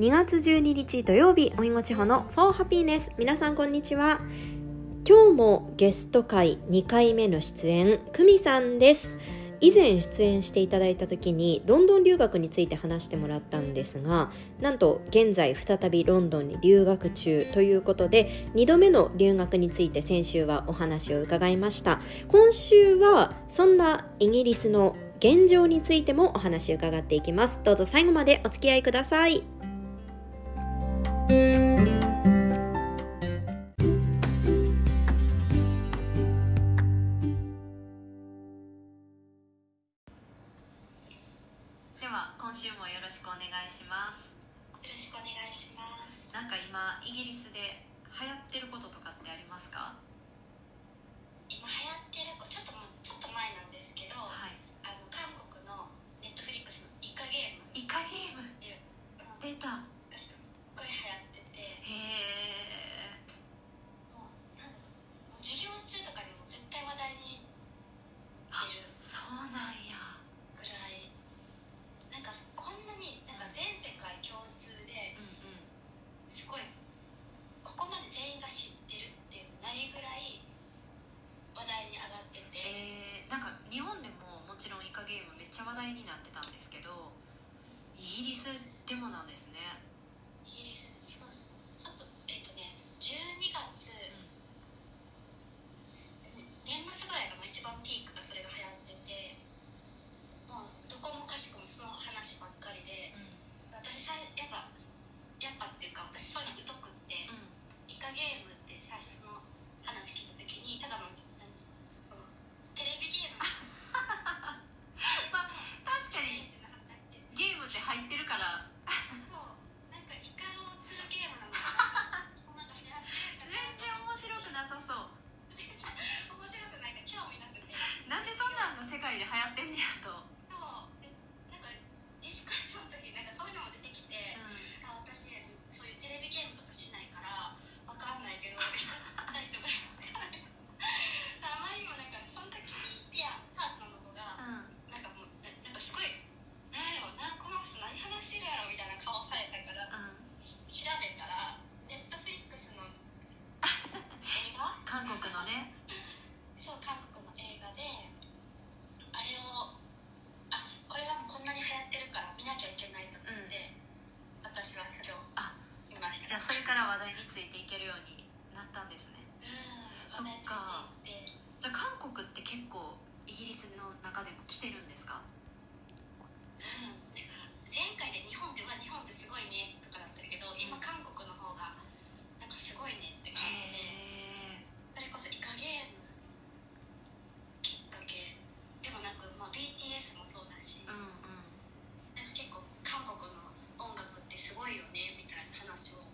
2月12日土曜日、おいごちほの For Happiness。 皆さんこんにちは。今日もゲスト会2回目の出演、久美さんです。以前出演していただいた時にロンドン留学について話してもらったんですが、なんと現在再びロンドンに留学中ということで、2度目の留学について先週はお話を伺いました。今週はそんなイギリスの現状についてもお話を伺っていきます。どうぞ最後までお付き合いください。では今週もよろしくお願いします。 よろしくお願いします。 なんか今イギリスで流行ってることとかってありますか？ 今流行ってるちょっと前なんですけど、 はい、 韓国のネットフリックスのイカゲーム出た。 すっごい流行ってて、 へー、 もう授業中とかにも絶対話題に出るそうなんや。 ぐらい、なんかこんなになんか全世界共通で、すごいここまで全員が知ってるっていうのないぐらい話題に上がってて、 なんか日本でももちろんイカゲームめっちゃ話題になってたんですけど、イギリスでもなんですね。 イギリスそうちょっと12月、年末ぐらいが一番ピークがそれが流行ってて、もうどこもかしこもその話ばっかりで、私やっぱっていうか、私そういうの疎くって、イカゲームって最初その話聞いた時にただのテレビゲームまあ確かにゲームって入ってるからそうなんかイカを釣るゲームなのかなそんなの流行ってるかな。 全然面白くなさそう。 全然面白くないから興味なくて、 なんでそんなんが世界で流行ってんねやと。 そうなんかディスカッションの時になんかそういうのも出てきて、私そういうテレビゲームとかしないからわかんないけど、イカ釣ったりとかわかんないあまりにもなんかその時にパートナーの子が、なんかもうなんかすごいなんやろな、この人何話してるやろみたいな顔されたから、調べたらネットフリックスの映画韓国のねそう韓国の映画で、あれをこれはもうこんなに流行ってるから見なきゃいけないと思って、私はそれを見ました。 じゃあそれから話題についていけるようになったんですね。そっか。じゃあ韓国って結構イギリスの中でも来てるんですか？ なんか前回で日本ってすごいねとかだったけど、今韓国の方がなんかすごいねって感じで、それこそイカゲームきっかけでもなく、BTS もそうだし、なんか結構韓国の音楽ってすごいよねみたいな話を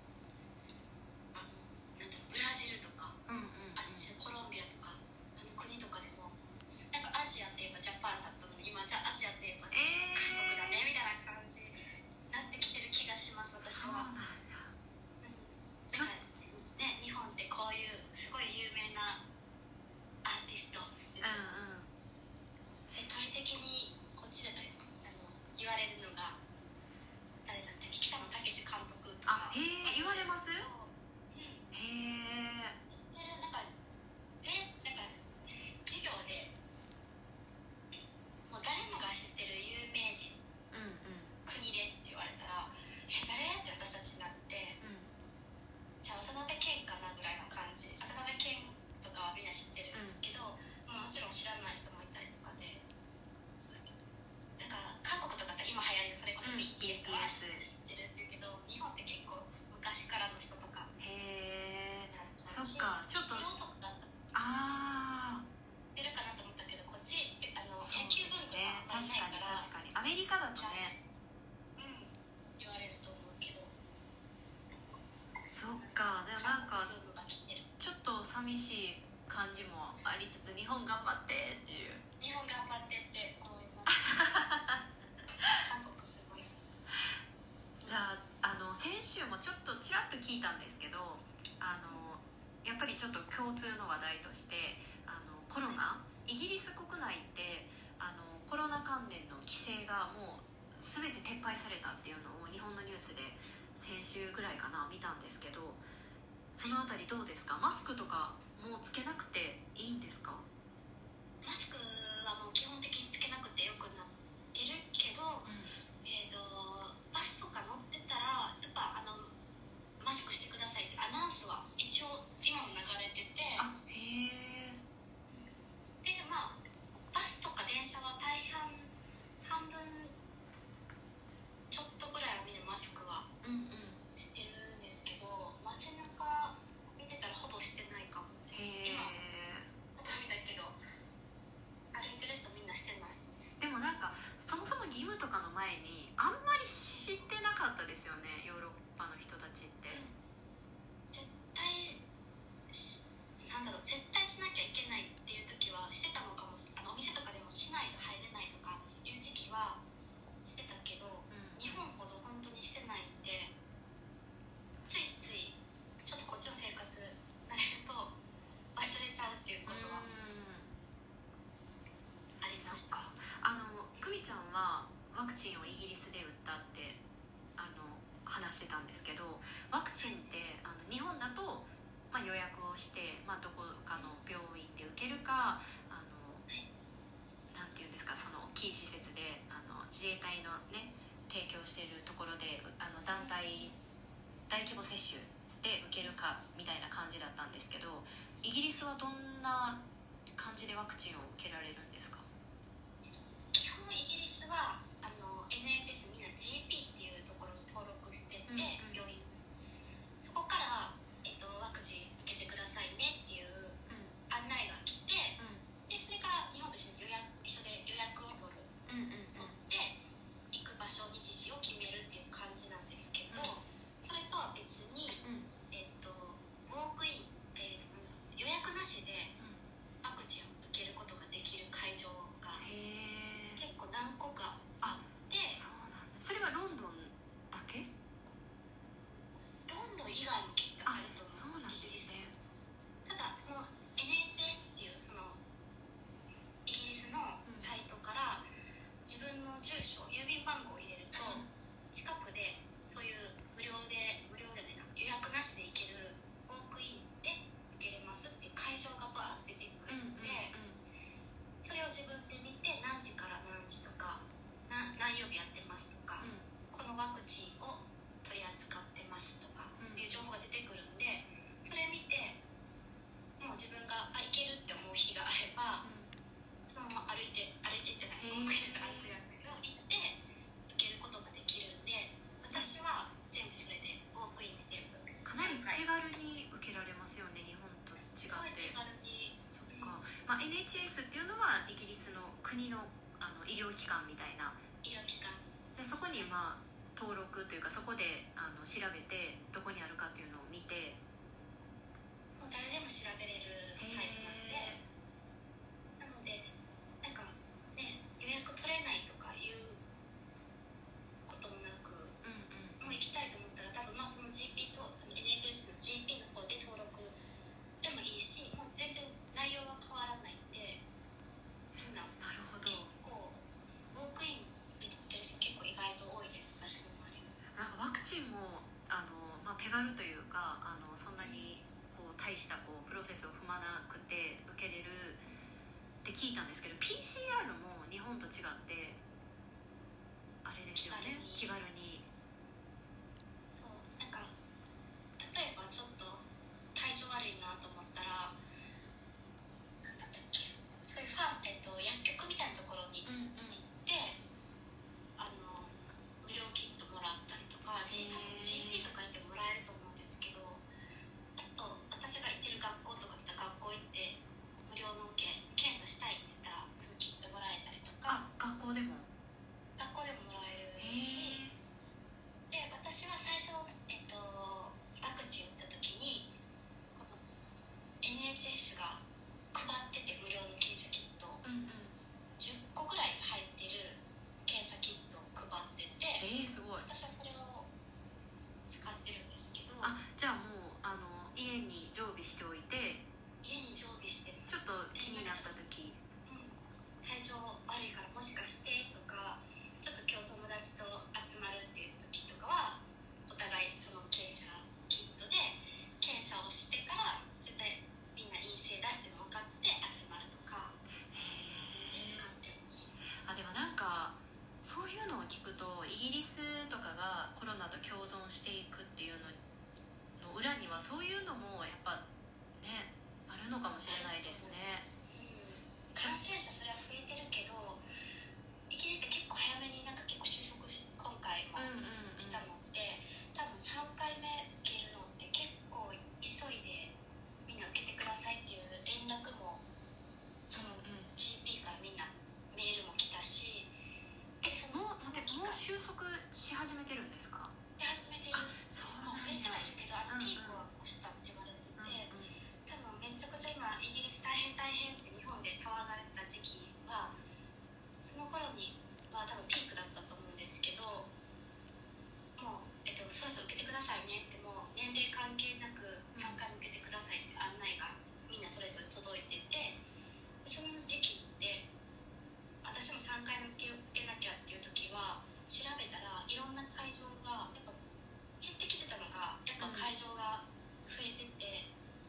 なんだろう、ブラジルとか、あっちコロンビアとか国とかでも、なんかアジアといえばジャパンだったのに、今じゃあアジアといえば韓国だねみたいな感じになってきてる気がします、私は。 そうなんだ。 なんかね、日本ってこういうすごい有名なアーティスト、世界的にこっちで言われるのが誰だったっけ、北野武監督とか。 言われます？へえ。 なんか授業でもう誰もが知ってる有名人、国でって言われたら誰って私たちになって、じゃあ渡辺謙かなぐらいの感じ。渡辺謙とかはみんな知ってるけど、もちろん知らない人もいたりとかで、なんか韓国とかって今流行りのそれこそ BTS とか知ってるっていうけど、日本って結構昔からの人とか。そっか、ちょっと野球かなと思ったけど、こっち野球文化がないから、 確かにアメリカだとね、 言われると思うけど。 そっか。でもなんかちょっと寂しい感じもありつつ、日本頑張ってっていう。 日本頑張ってって思います韓国すごい。 じゃあ先週もちょっとちらっと聞いたんですけど、やっぱりちょっと共通の話題としてコロナ、イギリス国内ってコロナ関連の規制がもう全て撤廃されたっていうのを日本のニュースで先週ぐらいかな見たんですけど、そのあたりどうですか？マスクとかもうつけなくていいんですか？ マスクはもう基本的につけなくてよくなってるけど、バスとか乗ってたらやっぱマスクしてくださいってアナウンスは一応今も流れてて、 あ、へえ。 でバスとか電車は大半半分ちょっとぐらいはみんなマスクはしてるんですけど、街中見てたらほぼしてないかもです。今見たけど歩いてる人みんなしてないです。 でもなんかそもそも義務とかの前にあんまり知ってなかったですよね、ヨーロッパの人たちって。 絶対絶対しなきゃいけないっていう時はしてたのかも。お店とかでもしないと入れないとかいう時期はしてたけど、日本ほど本当にしてないんで、ついついちょっとこっちの生活慣れると忘れちゃうっていうことはありました。 久美ちゃんはワクチンをイギリスで打ったって話してたんですけど、ワクチンって日本だと、予約をして、どこかの病院で受けるか、なんていうんですか、その大きい施設で自衛隊のね提供しているところで団体大規模接種で受けるかみたいな感じだったんですけど、イギリスはどんな感じでワクチンを受けられるんですか？ 基本イギリスはNHS みんな GP っていうところに登録してて、病院そこから、ワクチン受けてくださいねっていう案内が来て、でそれから日本と一緒で予約を取って行く場所日時を決めるっていう感じなんですけど、それとは別に、ウォークイン、予約なしでワクチンを受けることができる会場が結構何個かあって。 そうなんだ。それはロンドンだけ？ ロンドン以外もきっとあると思うんです。 そうなんですね。 ただその NHS っていうそのイギリスのサイトから自分の住所郵便番号を入れると、近くでそういう無料でね予約なしで行けるウォークインで受けれますっていう会場がバーッと出てくるんで、それを自分で見て何時から何時とか何曜日やってますとか、このワクチンを取り扱ってますとかいう情報が出てくるんで、それ見てもう自分が行けるって思う日があれば、そのまま歩いてじゃない歩いて行って受けることができるんで、私は全部それでウォークインで全部かなり手軽に受けられますよね、日本と違って。 すごい手軽に。 そっか。NHS っていうのはイギリスの国の医療機関みたいな医療機関で、そこに登録というか、そこで調べてどこにあるかっていうのを見て、 もう誰でも調べれるサイトなんで、なのでなんかね、予約取れないとかいうこともなく、もう行きたいと思ったら多分その GP と NHS の GP の方で登録でもいいし、もう全然内容は変わらないんで、みんななるほど。 結構ウォークインで取ってる人結構意外と多いです。私の周りなんかワクチンも手軽というかそんなに大したプロセスを踏まなくて受けれるって聞いたんですけど、 PCR も日本と違ってあれですよね、気軽に。 そう、なんか例えばちょっと体調悪いなと思ったら、なんだったっけ、そういう薬局みたいなところに行って、無料キットもらったりとか、GP とかでもらえると思うんですけど、あと私が行ってる学校とかって学校行って無料の検査したいって言ったらそのキットもらえたりとか。 学校でももらえるし、 聞くとイギリスとかがコロナと共存していくっていうのの裏にはそういうのもやっぱねあるのかもしれないですね。 感染者それは増えてるけど、イギリスで結構早めになんか結構収束今回もしたので、多分3回目受けるのって結構急いでみんな受けてくださいっていう連絡もその GP からみんなメールも来たし、 もう収束し始めてるんですか？ 始めてる。 そうもう増えてはいるけど、ピークはは越したって言われてて、多分めちゃくちゃ今イギリス大変って日本で騒がれた時期はその頃には多分ピークだったと思うんですけど、もう、そろそろ受けてくださいねって、もう年齢関係なく3回受けてくださいって案内がみんなそれぞれ届いてて、その時期って私も3回目受けなきゃっていう時は調べたらいろんな会場がやっぱ減ってきてたのが、やっぱ会場が増えてて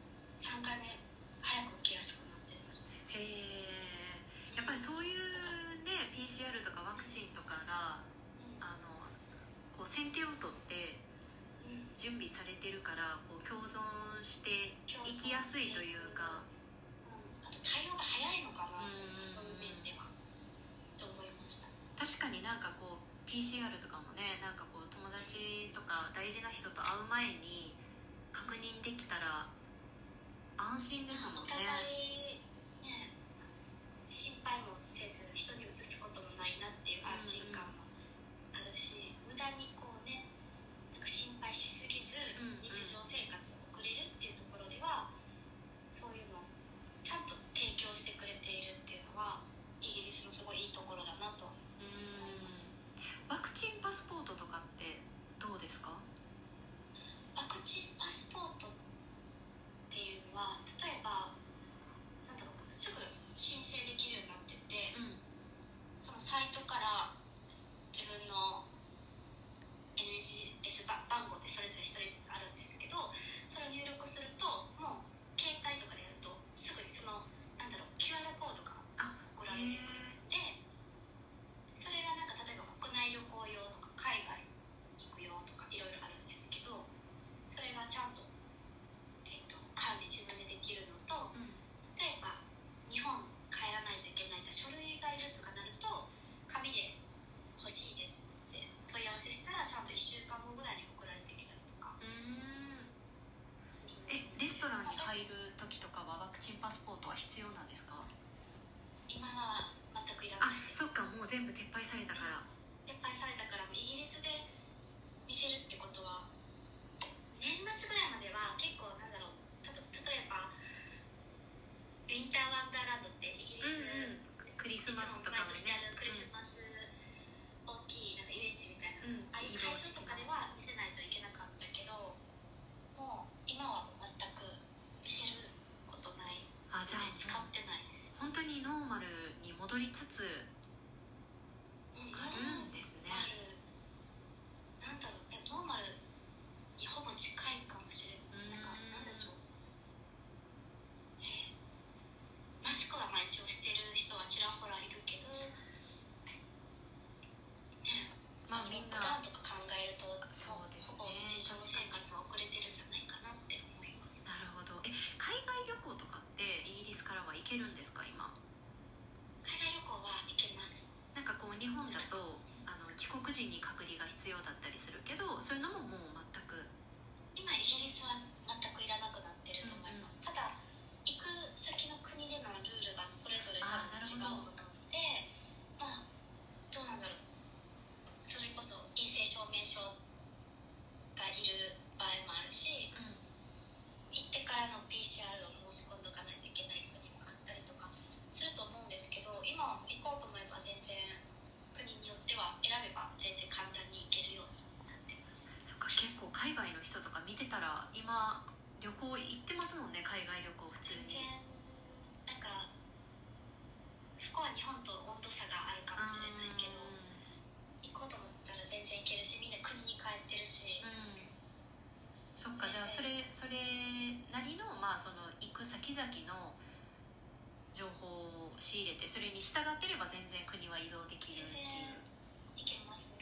3回目早く受けやすくなってましたね。 へえ。やっぱりそういうね PCR とかワクチンとかがこう先手を取って準備されてるからこう共存していきやすいというか、 あと対応が早いのかな、そういう面ではと思いました。 確かになんかこう PCR とかもね、なんかこう友達とか大事な人と会う前に確認できたら安心ですもんね。 お互いね、心配もせず人にうつすこともないなっていう安心感もあるし、無駄にこうね、なんか心配しすぎず日常生活を送れるっていうところでは、そういうのをちゃんと提供してくれているっていうのはイギリスのすごいいいところだなと思います。 ワクチンパスポートとかってどうですか？ ワクチンパスポートっていうのは、例えばなんだろう、すぐ申請できるようになってて、そのサイトから自分の NHS 番号ってそれぞれ1人ずつあるんですけど、それを入力するともう携帯とかでやるとすぐにそのなんだろう QR コードがご覧に出てくるので、それがなんか例えば国内旅行用とか海外行く用とかいろいろあるんですけど、それがちゃんと、管理自分でできるのと、例えば日本帰らないといけない書類がいるとかなると、紙で欲しいですって問い合わせしたらちゃんと1週間後ぐらいに送られてきたりとか。 レストランに入る時とかはワクチンパスポートは必要なんですか？ 今は全くいらないです。 そっか、もう全部撤廃されたから。 撤廃されたから、イギリスで見せるってことは年末ぐらいまでは結構なんだろう、例えばウィンターワンダーランドってイギリス、 クリスマスとかもね、 毎年あるクリスマス大きいなんか遊園地みたいな、ああいう会場とかでは見せないといけなかったけど、もう今はもう全く見せることない。 じゃあ使ってないです。 本当にノーマルに戻りつつあるんですね。 なんだろう、ノーマルにほぼ近いかもしれない。なんでしょう、マスクは一応してる人はちらほらいるけど、 みんなロックダウンとか考えると、 そうですね、 ほぼ日常生活は遅れてるんじゃないかなって思います。 なるほど。海外旅行とかってイギリスからは行けるんですか？今海外旅行は行けます。 なんかこう日本だと帰国時に隔離が必要だったりするけど、そういうのももう全く今イギリスは全くいらなくなってると思います。ただ行く先の国でのルールがそれぞれ多分違うと思うので、どうなんだろう、それこそ陰性証明書がいる場合もあるし、行ってからの PCR を申し込んどかないといけない国もあったりとかすると思うんですけど、今は行こうと思えば全然国によっては選べば全然簡単に行けるようになってます。 そっか、結構海外の人とか見てたら今旅行行ってますもんね。海外旅行普通に。 全然なんかそこは日本と温度差があるかもしれないけど、行こうと思ったら全然行けるし、みんな国に帰ってるし、 そっか、じゃあそれなりの、その行く先々の情報を仕入れて、それに従ってれば全然国は移動できるっていう。 全然行けますね。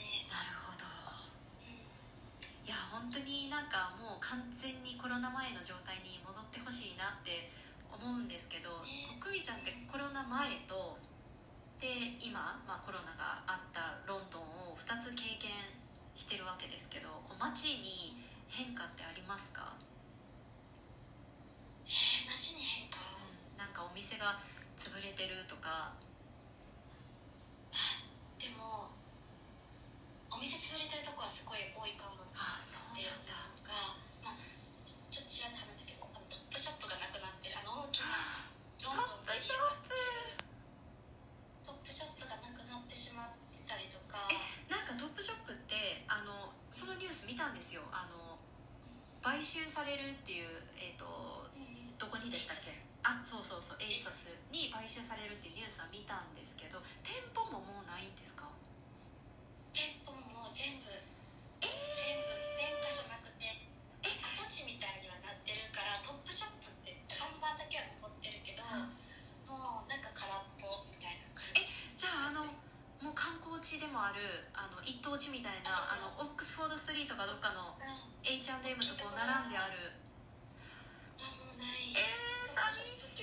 なんかもう完全にコロナ前の状態に戻ってほしいなって思うんですけど、久美ちゃんってコロナ前とで今、コロナがあったロンドンを2つ経験してるわけですけど、こう街に変化ってありますか？ 街に変化、 なんかお店が潰れてるとか。 でもお店潰れてるとこはすごい多いかもっていうのが、ちょっとちらっと話したけど、トップショップがなくなってる、大きなロンドンでトップショップがなくなってしまってたりとか。 なんかトップショップってそのニュース見たんですよ。買収されるっていう、どこにでしたっけ？そうエイソスに買収されるっていうニュースは見たんですけど、店舗ももうないんですか？ 店舗ももう全部全箇所なくて、跡地みたいにはなってるから、トップショップって看板だけは残ってるけど、もうなんか空っぽみたいな感じ。 じゃあもう観光地でもある一等地みたいなオックスフォードストリートかどっかの H&M とこう並んである。 もうない。 寂しい。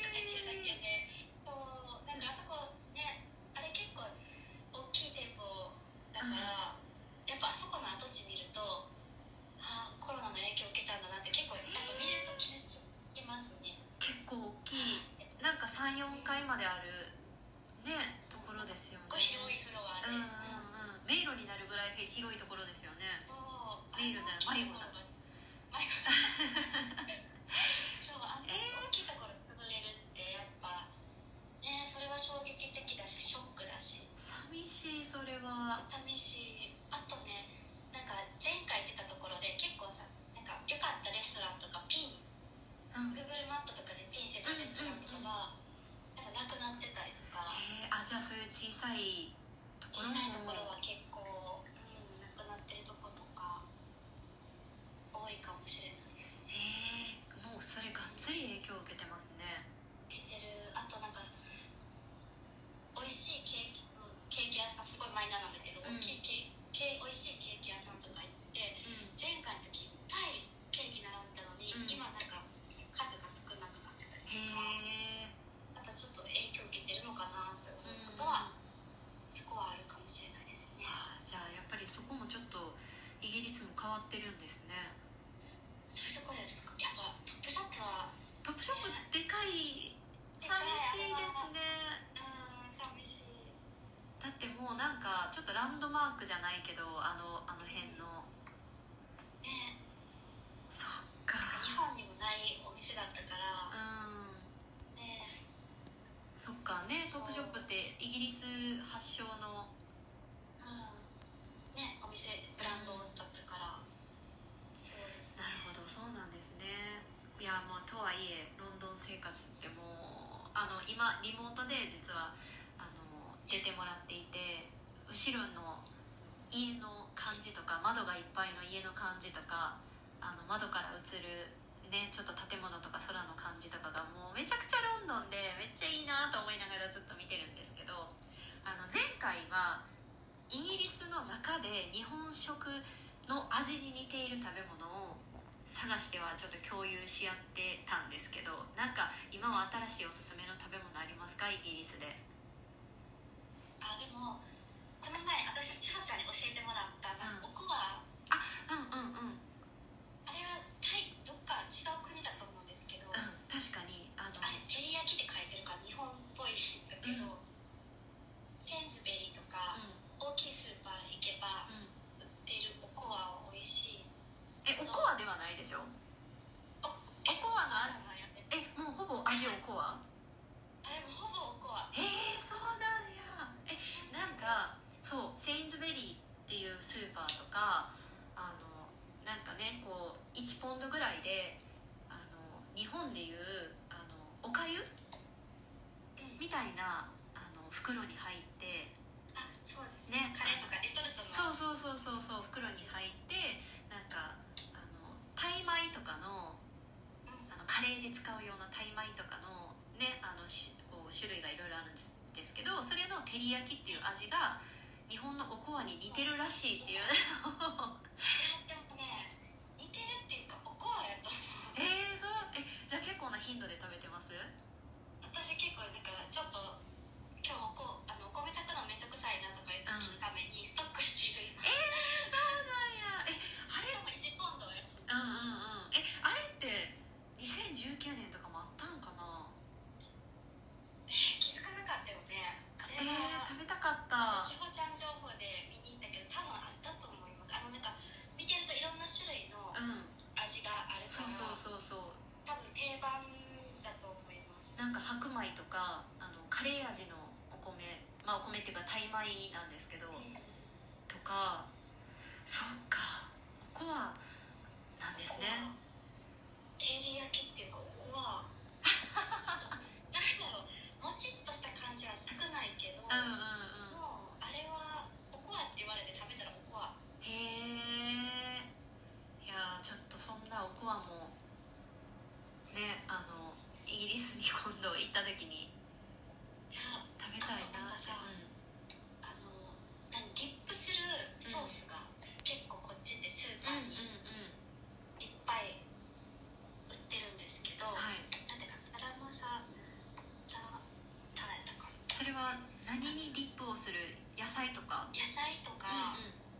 なんかあそこね、あれ結構大きい店舗だから、やっぱあそこの跡地見ると、コロナの影響を受けたんだなって結構やっぱ見ると傷つきますね。 結構大きい、なんか 3,4 階まであるねところですよね。 広いフロアで、 迷路になるぐらい広いところですよね。迷路じゃない、迷子だ。 そう、大きいところ潰れるってやっぱね、それは衝撃的だし、ショックだし、 寂しい。それは寂しい。あとね、なんか前回行ってたところで結構さ、なんか良かったレストランとかGoogle マップとかでピンしてたレストランとかがやっぱなくなってたりとか。 じゃあそういう小さいところは結構、なくなってるところとか多いかもしれないですね。 もうそれがっつり影響を受けてますね。 受けてる。あとなんか美味しいケーキ屋さん、すごいマイナーなんだけど、美味しいケーキ屋さんとか行って、前回の時いっぱいケーキ並んだのに、今なんか数が少なくなってたりとか、やっぱちょっと影響を受けてるのかなって思うことは、そこはあるかもしれないですね。 じゃあやっぱりそこもちょっとイギリスも変わってるんですね。 そういうところでちょっとやっぱトップショップはでかい。寂しいですね。 寂しい。 だってもうなんかちょっとランドマークじゃないけど、あの辺のね。 そっか。 日本にもないお店だったから。ね。 そっかね。トップショップってイギリス発祥のね、お店、ブランドだったから。そうですね。 なるほど、そうなんですね。いや、とはいえロンドン生活ってもう今リモートで実は出てもらっていて、後ろの家の感じとか、窓がいっぱいの家の感じとか、窓から映るね、ちょっと建物とか空の感じとかがもうめちゃくちゃロンドンでめっちゃいいなと思いながらずっと見てるんですけど、前回はイギリスの中で日本食の味に似ている食べ物を探してはちょっと共有し合ってたんですけど、なんか今は新しいおすすめの食べ物ありますか？イギリスで。 でもこの前私千葉ちゃんに教えてもらったおこわ、あれはタイどっか違う国だと思うんですけど、 確かにあれ照り焼きって書いてるから日本っぽいんだけど、センズベリーとか、大きいスーパーに行けば売ってるおこわは美味しい。 おこわではないでしょ？おこわがもうほぼ味おこわ？ あれもほぼおこわ。 そうなんや。なんかそうセインズベリーっていうスーパーとかなんかねこう1ポンドぐらいで日本でいうおかゆ、みたいな袋に入って、 そうですね、カレーとかレトルトのそう袋に入って、なんかタイ米とかのカレーで使うようなタイ米とかのねこう種類がいろいろあるんですけど、それの照り焼きっていう味が日本のおこわに似てるらしいっていうでもね、似てるってじゃあ結構な頻度で食べてます？ 私結構なんかちょっと今日お米炊くのめんどくさいなとかいう時のためにストックしてる。 そうなんや。あれでも1ポンドやし。 あれって2019年とかもあったんかな？ 気づかなかったよね。あれは、 食べたかった。 千穂ちゃん情報で見に行ったけど多分あったと思います。なんか見てるといろんな種類の味があるから、 そう多分定番だと思います。 なんか白米とかカレー味のお米、お米っていうかタイ米なんですけど、とか、そっか、おこわなんですね。 照り焼きっていうかおこわちょっとなんだろう、もちっとした感じは少ないけど、もうあれはおこわって言われて食べたらおこわ。 へえ。いやちょっとそんなおこわもね、イギリスに今度行った時に食べたいな。 なんかさ、ディップするソースが結構こっちでスーパーにいっぱい売ってるんですけど、なんていうかガラマサラタやったか。 それは何にディップをする？野菜とか？ 野菜とか、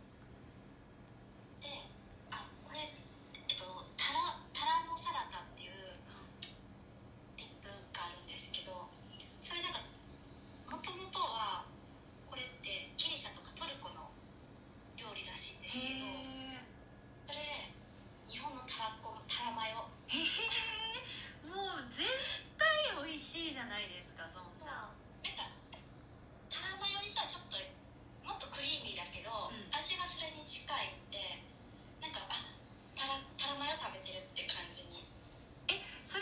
で、これタラモサラタっていうディップがあるんですけど、それなんかもともとはこれってギリシャとかトルコの料理らしいんですけど、それ日本のタラマヨ。 もう絶対美味しいじゃないですか。そんななんかタラマヨにさ、ちょっともっとクリーミーだけど、味はそれに近いんで、なんかタラマヨ食べてるって感じに。 そ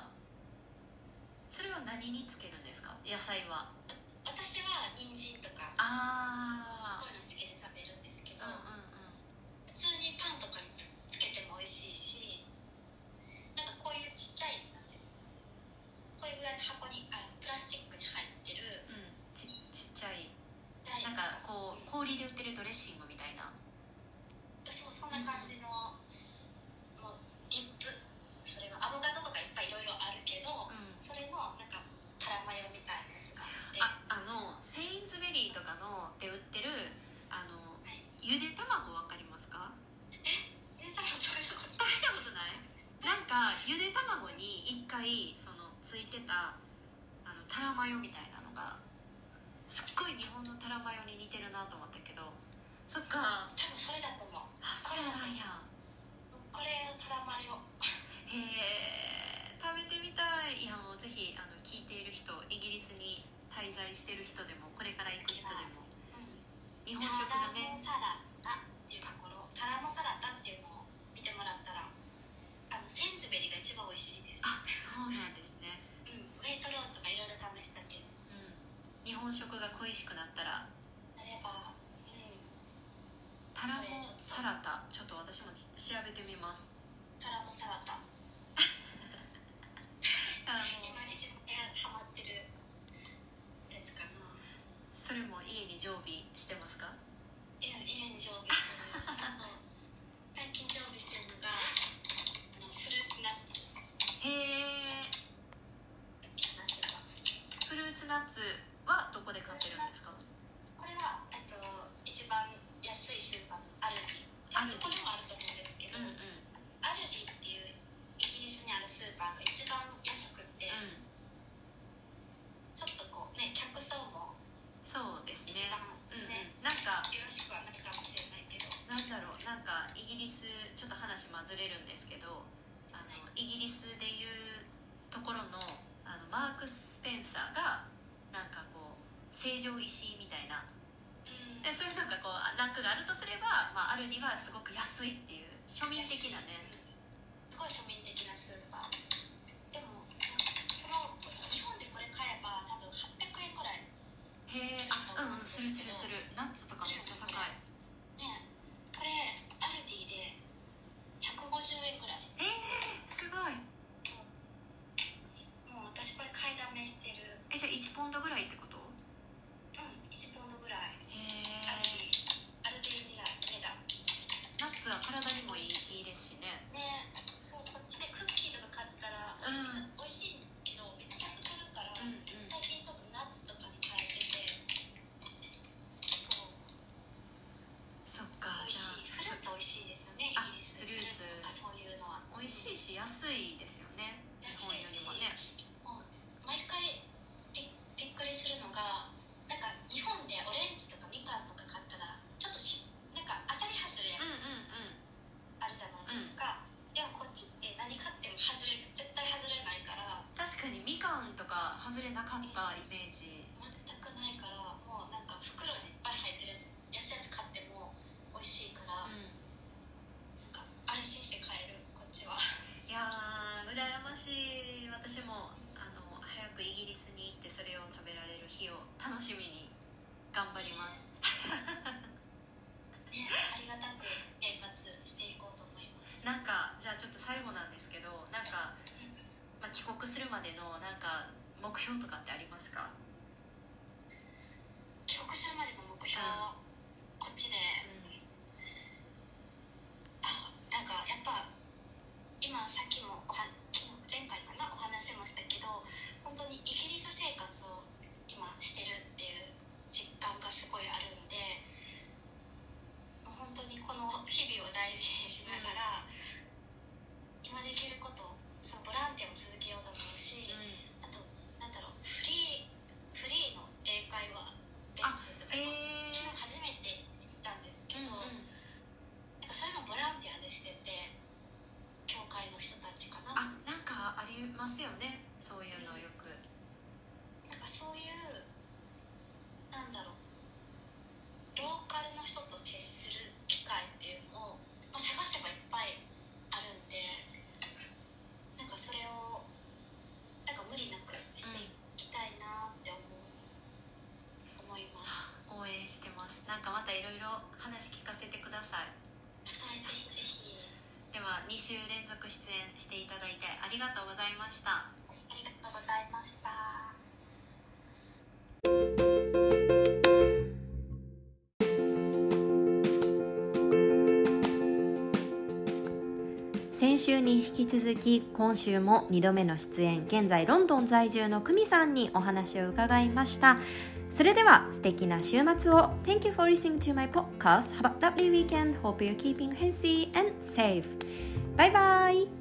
れは何につけるんですか？野菜は。 私は人参とかこういうのつけて食べるんですけど、普通にパンとかにつけても美味しいし、なんかこういうちっちゃいこういうぐらいの箱にプラスチックに入ってる、 ちっちゃいなんかこう氷で売ってるドレッシングみたいな。 そんな感じの、もうディップ、それがアボカドとかいっぱいいろいろあるけど、それのなんかタラマヨみたいなやつがあって、 セインズベリーとかので売ってるゆで卵わかりますか？ ゆで卵食べたことない？なんかゆで卵に一回ついてたタラマヨみたいなのがすっごい日本のタラマヨに似てるなと思ったけど。そっか、 多分それだと思う。 それなんや。 これのタラマヨ。 へえ、食べてみたい。いやもうぜひ聞いている人、イギリスに滞在してる人でもこれから行く人でも、日本食がね、 タラモサラタっていうところ、タラモサラタっていうのを見てもらったら、センズベリーが一番美味しいです。 そうなんですね。 ウェイトロースとかいろいろ試したけど、 日本食が恋しくなったらあれば、 タラモサラタ、ちょっと私も調べてみます。 タラモサラタ今一番ハマってるやつかな。 それも家に常備してますか？ 家に常備してる最近常備してるのがフルーツナッツ。 フルーツナッツはどこで買ってるんですか？ これは一番安いスーパーのアルディ、どこでもあると思うんですけど、アルディっていうイギリスにあるスーパーが一番安くて、ちょっとこうね、客層もそうですね、 一番なんかよろしくはないかもしれないけど、 なんかイギリス、ちょっと話ずれるんですけど、イギリスでいうところのマーク・スペンサーがなんかこう成城石井みたいな、でそういうなんかこうランクがあるとすれば、アルディはすごく安いっていう庶民的なね、 すごい庶民的なスーパーでも、日本でこれ買えば多分800円くらい。 するナッツとかめっちゃ高いね。これアルディで150円くらい。 すごい。 もう私これ買いだめしてる。 じゃあ1ポンドぐらいってこと？ 1ポンドぐらい。アルディ値段。 ナッツは体にもいいですしね。 そう、こっちでクッキーまでのなんか目標とかってありますか？ 帰国するまでの目標、こっちで、なんかやっぱ今さっきも前回かなお話もしたけど、本当にイギリス生活を今してるっていう実感がすごいあるんで、もう本当にこの日々を大事にしながら、今できること、そのボランティアも続けようと思うし、あとなんだろう、フリーの英会話レッスンとか、昨日初めて行ったんですけど、なんかそれもボランティアでしてて、教会の人たちかな。 なんかありますよね、そういうのよく。 なんかそういうなんだろう、ローカルの人と接する機会っていうのを、探せばいっぱいあるんで、なんかそれをなんか無理なくしていきたいなって思います。 応援してます。なんかまたいろいろ話聞かせてください。 はい、ぜひぜひ。 では2週連続出演していただいてありがとうございました。 ありがとうございました。 先週に引き続き今週も2度目の出演、現在ロンドン在住の久美さんにお話を伺いました。それでは素敵な週末を。 Thank you for listening to my podcast. Have a lovely weekend. Hope you're keeping healthy and safe. Bye bye.